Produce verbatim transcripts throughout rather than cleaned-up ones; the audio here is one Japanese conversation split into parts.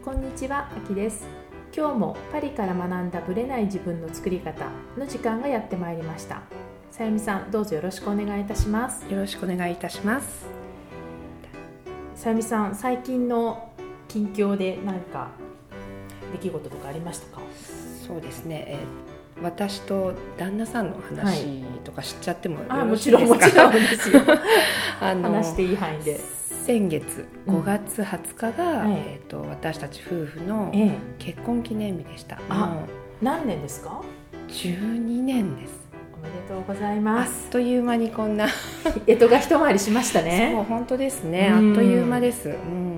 こんにちは、あきです。今日もパリから学んだブレない自分の作り方の時間がやってまいりました。さゆみさん、どうぞよろしくお願いいたします。 よろしくお願いいたします。 さゆみさん、最近の近況で何か出来事とかありましたか？ そうですね、えー、私と旦那さんの話とか知っちゃってもよろしいですか？ あ、もちろんもちろんですよあの話していい範囲で。 先月ごがつはつかが、 うんえー、と私たち夫婦のええ、 結婚記念日でした。 あ、 もう何年ですか？ じゅうにねんです。 おめでとうございあっますという間にこんな干支が一回りしましたね。 そう本当ですね、あっという間です、うん、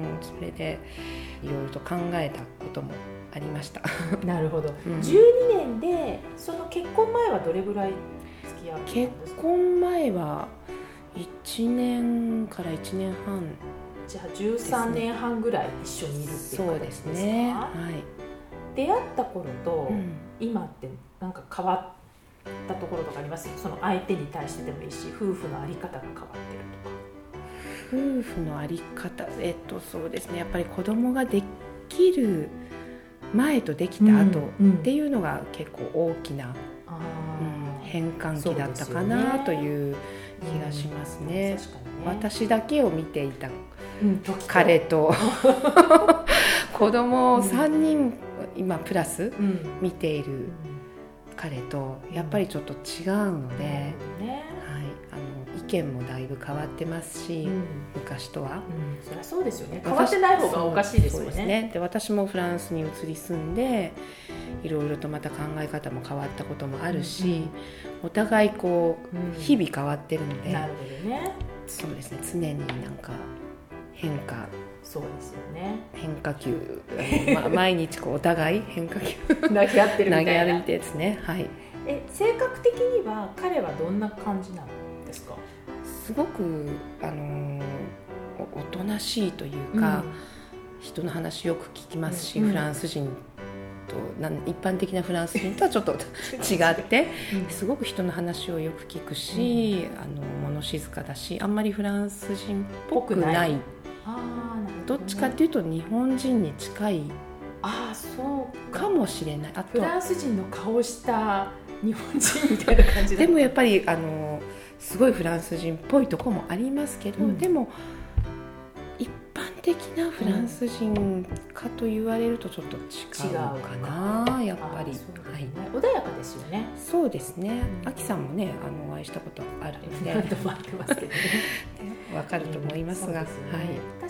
それでいろいろと考えたこともありましたなるほど、 うん、 じゅうにねんでその結婚前はどれぐらい付き合ってたんですか？ 結婚前はいちねんからいちねんはん、 じゃあじゅうさんねんはんぐらい一緒にいるっていう形ですか？ そうですね、はい、 出会った頃とうん今ってなんか変わったところとかあります？その相手に対してでもいいし、夫婦のあり方が変わってるとか。 夫婦のあり方、えっとそうですね、やっぱり子供ができる前とできた後っていうのが結構大きな、うんうん、変換期だったかなという気がしますね。 確かにね、 私だけを見ていたうん彼と子供さんにん今プラス見ている彼とやっぱりちょっと違うので、ね、はい、あの意見もだいぶ変わってますし、うん、昔とは、 うん、そりゃそうですよね。変わってない方がおかしいですよね。 そうですね。で、私もフランスに移り住んでいろいろとまた考え方も変わったこともあるし、うんうん、お互いこう、うん、日々変わってるので、 なるほどね、 そうですね、常になんか変化、 そうですよね、 変化球ま、毎日こうお互い変化球投げ合ってるみたいな、 投げ合うですね、はい。 え、性格的には彼はどんな感じなんですか？ すごく、あのー、お, おとなしいというか、うん、人の話よく聞きますし、うん、フランス人となん一般的なフランス人とはちょっと違って、うん、すごく人の話をよく聞くし、うん、あの物静かだし、あんまりフランス人っぽくない、 あ、なるほどね、 どっちかっていうと日本人に近い、 あ、そうかかもしれない。あとフランス人の顔した日本人みたいな感じだでもやっぱりあのすごいフランス人っぽいところもありますけど、うん、でも一般的なフランス人かと言われるとちょっと違うかな、やっぱり、ね、 はい、穏やかですよね。 そうですね、あきさんもね、あのお会いしたことあるので何度も会ってますけどねわかると思いますが、うん、 すね、はい、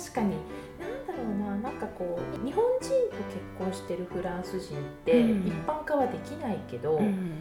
確かになんだろうな、なんかこう日本人と結婚してるフランス人って一般化はできないけど、うん、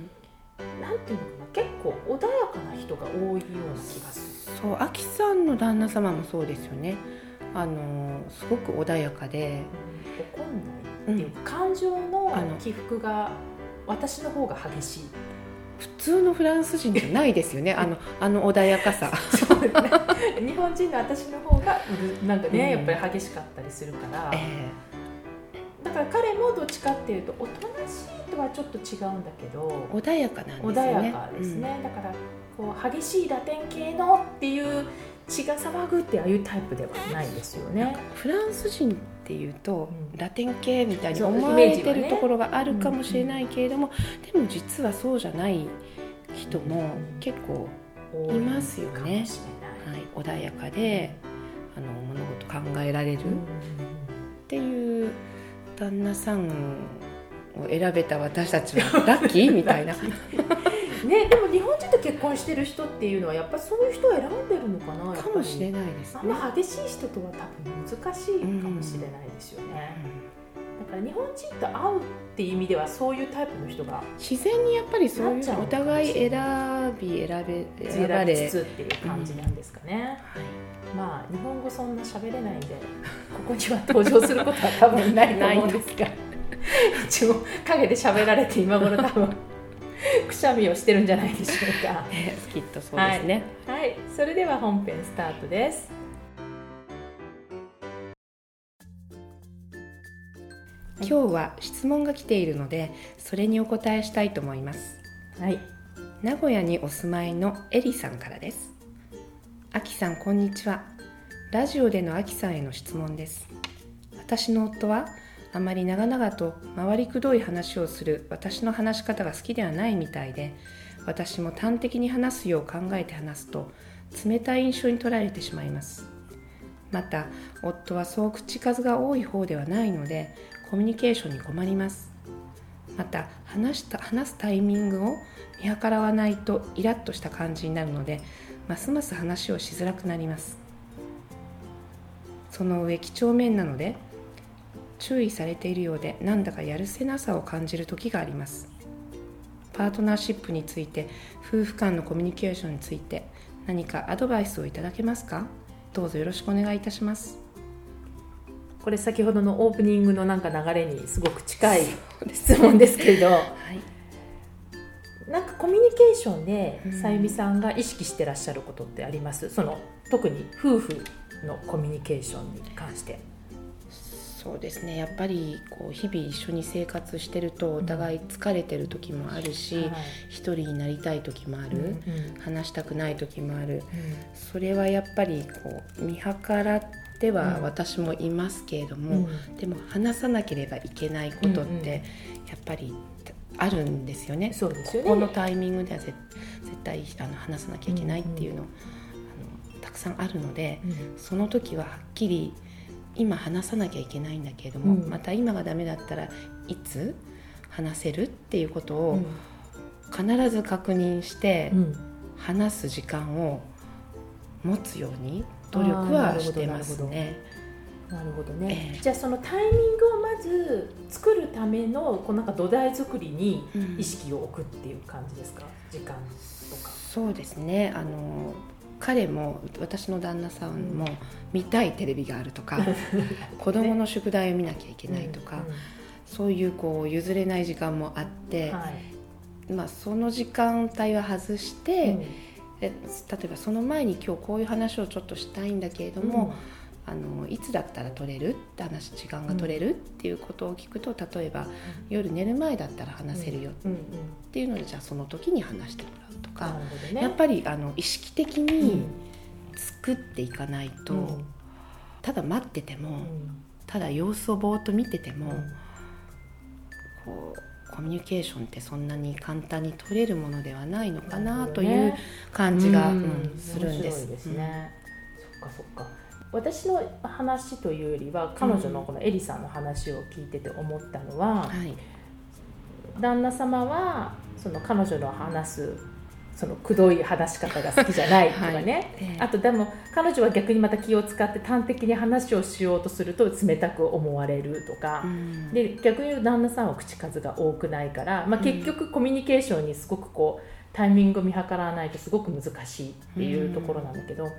なんていうのかな、結構穏やかな人が多いような気がする。 そう、あきさんの旦那様もそうですよね。あのすごく穏やかで、 うん、怒んないっていうか、うん、感情の起伏が私の方が激しい。 普通のフランス人じゃないですよねあのあの穏やかさそうですね日本人の私の方がなんかね、うん、やっぱり激しかったりするから、えー、だから彼もどっちかっていうとおとなしいとはちょっと違うんだけど穏やかなんですね。 穏やかですね、うん、だからこう激しいラテン系のっていう血が騒ぐってああいうタイプではないですよね。 フランス人っていうと、うん、ラテン系みたいに思われてるところがあるかもしれないけれども、ね、でも実はそうじゃない人も結構いますよね、はい、穏やかであの物事考えられるっていう旦那さんを選べた私たちはラッキーみたいなね、でも日本人と結婚してる人っていうのはやっぱりそういう人を選んでるのかな。 かもしれないですね。 あんま激しい人とは多分難しいかもしれないですよね、うん、だから日本人と会うっていう意味ではそういうタイプの人が自然にやっぱりそういうお互い選び選べ選ばれつつっていう感じなんですかね、うん、はい、まあ日本語そんな喋れないんでここには登場することは多分ないと思うんですが一応陰で喋られて今頃多分くしゃみをしてるんじゃないでしょうかきっとそうですね、 はい、はい、それでは本編スタートです。 今日は質問が来ているのでそれにお答えしたいと思います、 はい、 名古屋にお住まいのエリさんからです。あきさん、こんにちは。ラジオでのあきさんへの質問です。私の夫はあまり長々と回りくどい話をする私の話し方が好きではないみたいで、私も端的に話すよう考えて話すと冷たい印象に取られてしまいます。また夫はそう口数が多い方ではないのでコミュニケーションに困ります。また話した話すタイミングを見計らわないとイラッとした感じになるので、ますます話をしづらくなります。その上几帳面なので注意されているようでなんだかやるせなさを感じる時があります。パートナーシップについて、夫婦間のコミュニケーションについて何かアドバイスをいただけますか？どうぞよろしくお願いいたします。 これ先ほどのオープニングのなんか流れにすごく近い質問ですけれど、はい、なんかコミュニケーションでさゆみさんが意識してらっしゃることってあります？その特に夫婦のコミュニケーションに関して。 そうですね、やっぱりこう日々一緒に生活してるとお互い疲れてる時もあるし、うん、はい、一人になりたい時もある、うんうん、話したくない時もある、うん、それはやっぱりこう見計らっては私もいますけれども、うん、でも話さなければいけないことってやっぱりあるんですよね。 そうですよね。 ここのタイミングでは絶対あの話さなきゃいけないっていうの、うんうん、あのたくさんあるので、うん、その時ははっきり今話さなきゃいけないんだけれども、うん、また今がダメだったらいつ話せるっていうことを必ず確認して話す時間を持つように努力はしてますね。 なるほどね、えー、じゃあそのタイミングをまず作るためのこうなんか土台作りに意識を置くっていう感じですか、うん、時間とか。 そうですね、あの彼も私の旦那さんも見たいテレビがあるとか、うん、子供の宿題を見なきゃいけないとか、うんうん、そういうこう譲れない時間もあって、はい、まあ、その時間帯は外して、うん、例えばその前に今日こういう話をちょっとしたいんだけれども、うん、あのいつだったら取れるって話、時間が取れるっていうことを聞くと、例えば、うん、夜寝る前だったら話せるよっていうので、じゃあその時に話してもらうとか、ね、やっぱりあの意識的に作っていかないと、うん、ただ待ってても、うん、ただ様子をぼーっと見てても、うん、こうコミュニケーションってそんなに簡単に取れるものではないのかなという感じが、うんうん、するんです。 面白いですね、うん、そっかそっか。私の話というよりは彼女のこのエリさんの話を聞いてて思ったのは、うん、はい、旦那様はその彼女の話すそのくどい話し方が好きじゃないとかね、はい、えー、あとでも彼女は逆にまた気を使って端的に話をしようとすると冷たく思われるとか、うん、で逆に旦那さんは口数が多くないから、まあ、結局コミュニケーションにすごくこうタイミングを見計らわないとすごく難しいっていうところなんだけど、うん、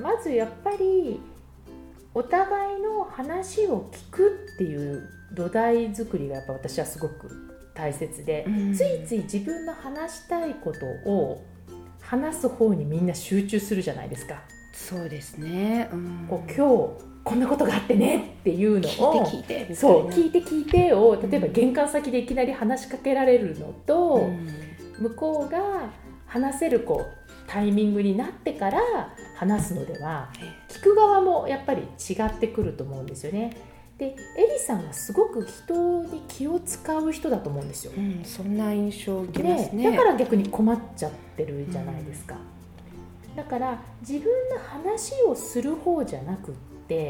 まずやっぱりお互いの話を聞くっていう土台作りがやっぱ私はすごく大切で、うん、ついつい自分の話したいことを話す方にみんな集中するじゃないですか。 そうですね、うん、 こう今日こんなことがあってねっていうのを聞いて聞いてそう聞いて聞いてを例えば玄関先でいきなり話しかけられるのと、うん、向こうが話せるこうタイミングになってから話すのでは聞く側もやっぱり違ってくると思うんですよね。でエリさんはすごく人に気を使う人だと思うんですよ、 うん、そんな印象を受けますね。 だから逆に困っちゃってるじゃないですか、うん、だから自分の話をする方じゃなくって、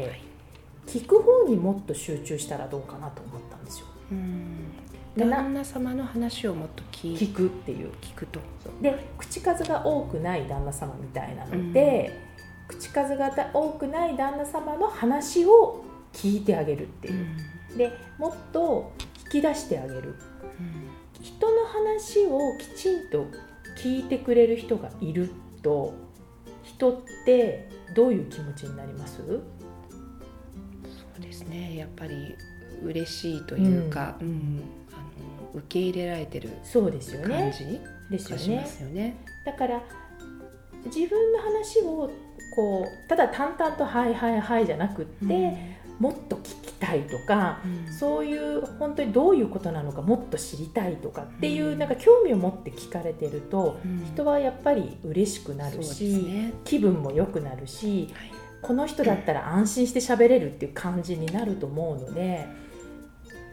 はい、聞く方にもっと集中したらどうかなと思ったんですよ。 うん、旦那様の話をもっと 聞, 聞くっていう聞くとで口数が多くない旦那様みたいなので、うん、口数が多くない旦那様の話を聞いてあげるっていう、うん、でもっと引き出してあげる、うん、人の話をきちんと聞いてくれる人がいると人ってどういう気持ちになります？ そうですね、やっぱり嬉しいというか、うんうん、あの受け入れられてるそうですよね感じがしますよね。 だから自分の話をこうただ淡々とはいはいはいじゃなくって、うん、もっと聞きたいとか、うん、そういう本当にどういうことなのかもっと知りたいとかっていう、うん、なんか興味を持って聞かれてると、うん、人はやっぱり嬉しくなるし、ね、気分も良くなるし、はい、この人だったら安心して喋れるっていう感じになると思うので、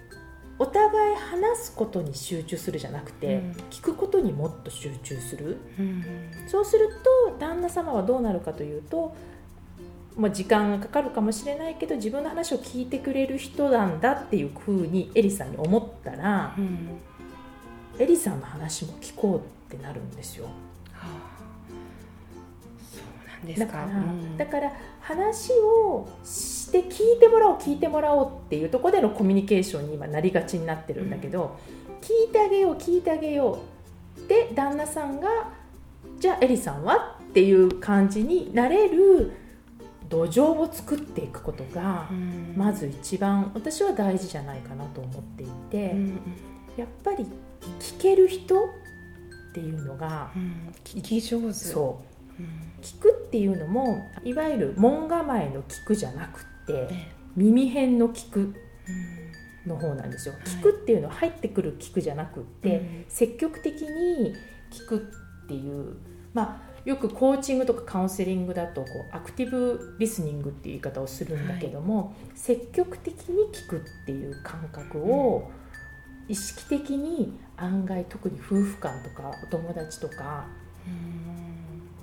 お互い話すことに集中するじゃなくて、うん、聞くことにもっと集中する、うん、そうすると旦那様はどうなるかというと、まあ、時間がかかるかもしれないけど自分の話を聞いてくれる人なんだっていうふうにエリさんに思ったら、うん、エリさんの話も聞こうってなるんですよ。はあ、 そうなんですか。 だから、うん、だから話をして聞いてもらおう聞いてもらおうっていうところでのコミュニケーションに今なりがちになってるんだけど、うん、聞いてあげよう聞いてあげようで旦那さんがじゃあエリさんはっていう感じになれる土壌を作っていくことが、うん、まず一番私は大事じゃないかなと思っていて、うん、やっぱり聞ける人っていうのが、 うん、聞き上手。 そう、うん、聞くっていうのもいわゆる門構えの聞くじゃなくて、ええ、耳辺の聞くの方なんですよ、うん、聞くっていうのは入ってくる聞くじゃなくて、はい、積極的に聞くっていう、まあよくコーチングとかカウンセリングだとこうアクティブリスニングっていう言い方をするんだけども、はい、積極的に聞くっていう感覚を意識的に案外特に夫婦間とかお友達とか、うん、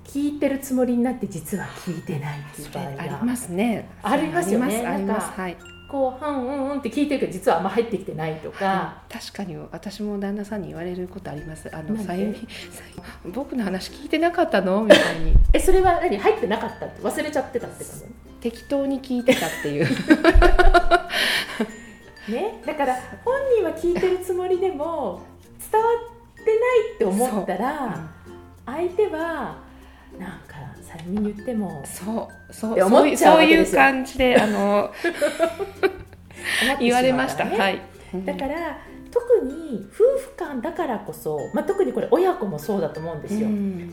聞いてるつもりになって実は聞いてないっていう場合がありますね。 ありますよね。 あります、はい、 こううんうんうんって聞いてるけど実はあんま入ってきてないとか、 うん、確かに私も旦那さんに言われることあります。あのさゆみ僕の話聞いてなかったのみたいにえそれは何入ってなかったって忘れちゃってたってこと？ 適当に聞いてたっていうね、だから本人は聞いてるつもりでも伝わってないって思ったら、うん、相手はなんかさゆみに言ってもそうそうそういうそういう感じであの言われました、 ね、 はい、 だから特に夫婦間だからこそ、まあ、特にこれ親子もそうだと思うんですよ、うん、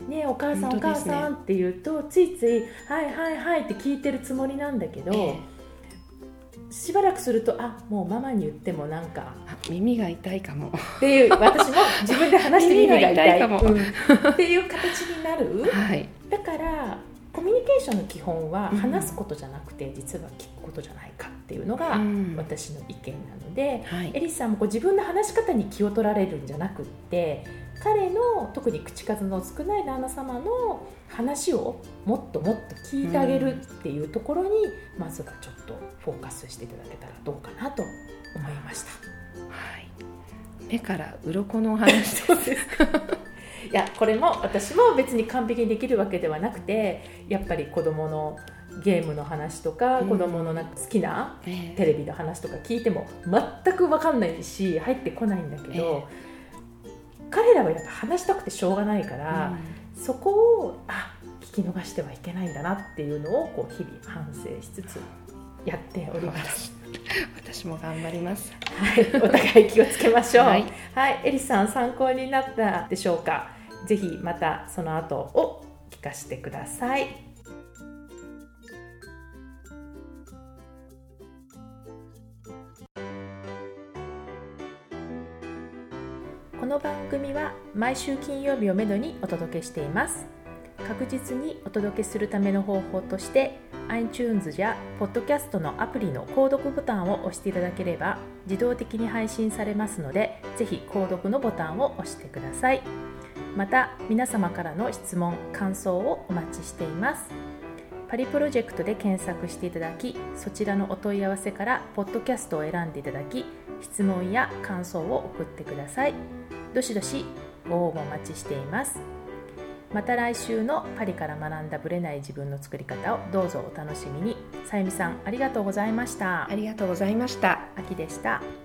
ね、お母さん、ね、お母さんって言うとついついはいはいはいって聞いてるつもりなんだけど、えー、しばらくするとあもうママに言ってもなんか耳が痛いかもっていう私も自分で話して耳が痛い、 耳が痛いかも、 うん、っていう形になる、はい、だからコミュニケーションの基本は話すことじゃなくて、うん、実は聞くことじゃないかっていうのが私の意見なので、うんはい、エリスさんもこう自分の話し方に気を取られるんじゃなくって彼の特に口数の少ない旦那様の話をもっともっと聞いてあげるっていうところに、うん、まずはちょっとフォーカスしていただけたらどうかなと思いました。 はい、目から鱗のお話そうですかいやこれも私も別に完璧にできるわけではなくてやっぱり子どものゲームの話とか、うん、子どものなんか好きなテレビの話とか聞いても全く分かんないし入ってこないんだけど、えー、彼らはやっぱ話したくてしょうがないから、うん、そこをあ聞き逃してはいけないんだなっていうのをこう日々反省しつつやっております。 私も頑張ります。 はい、お互い気をつけましょう。はい、はい、エリさん参考になったでしょうか。ぜひまたその後を聞かせてください。この番組は毎週金曜日をめどにお届けしています。確実にお届けするための方法として iTunes や Podcast のアプリの購読ボタンを押していただければ自動的に配信されますので、ぜひ購読のボタンを押してください。また皆様からの質問・感想をお待ちしています。パリプロジェクトで検索していただき、そちらのお問い合わせからポッドキャストを選んでいただき、質問や感想を送ってください。どしどしご応募お待ちしています。また来週のパリから学んだブレない自分の作り方をどうぞお楽しみに。さゆみさんありがとうございました。 ありがとうございました。 あきでした。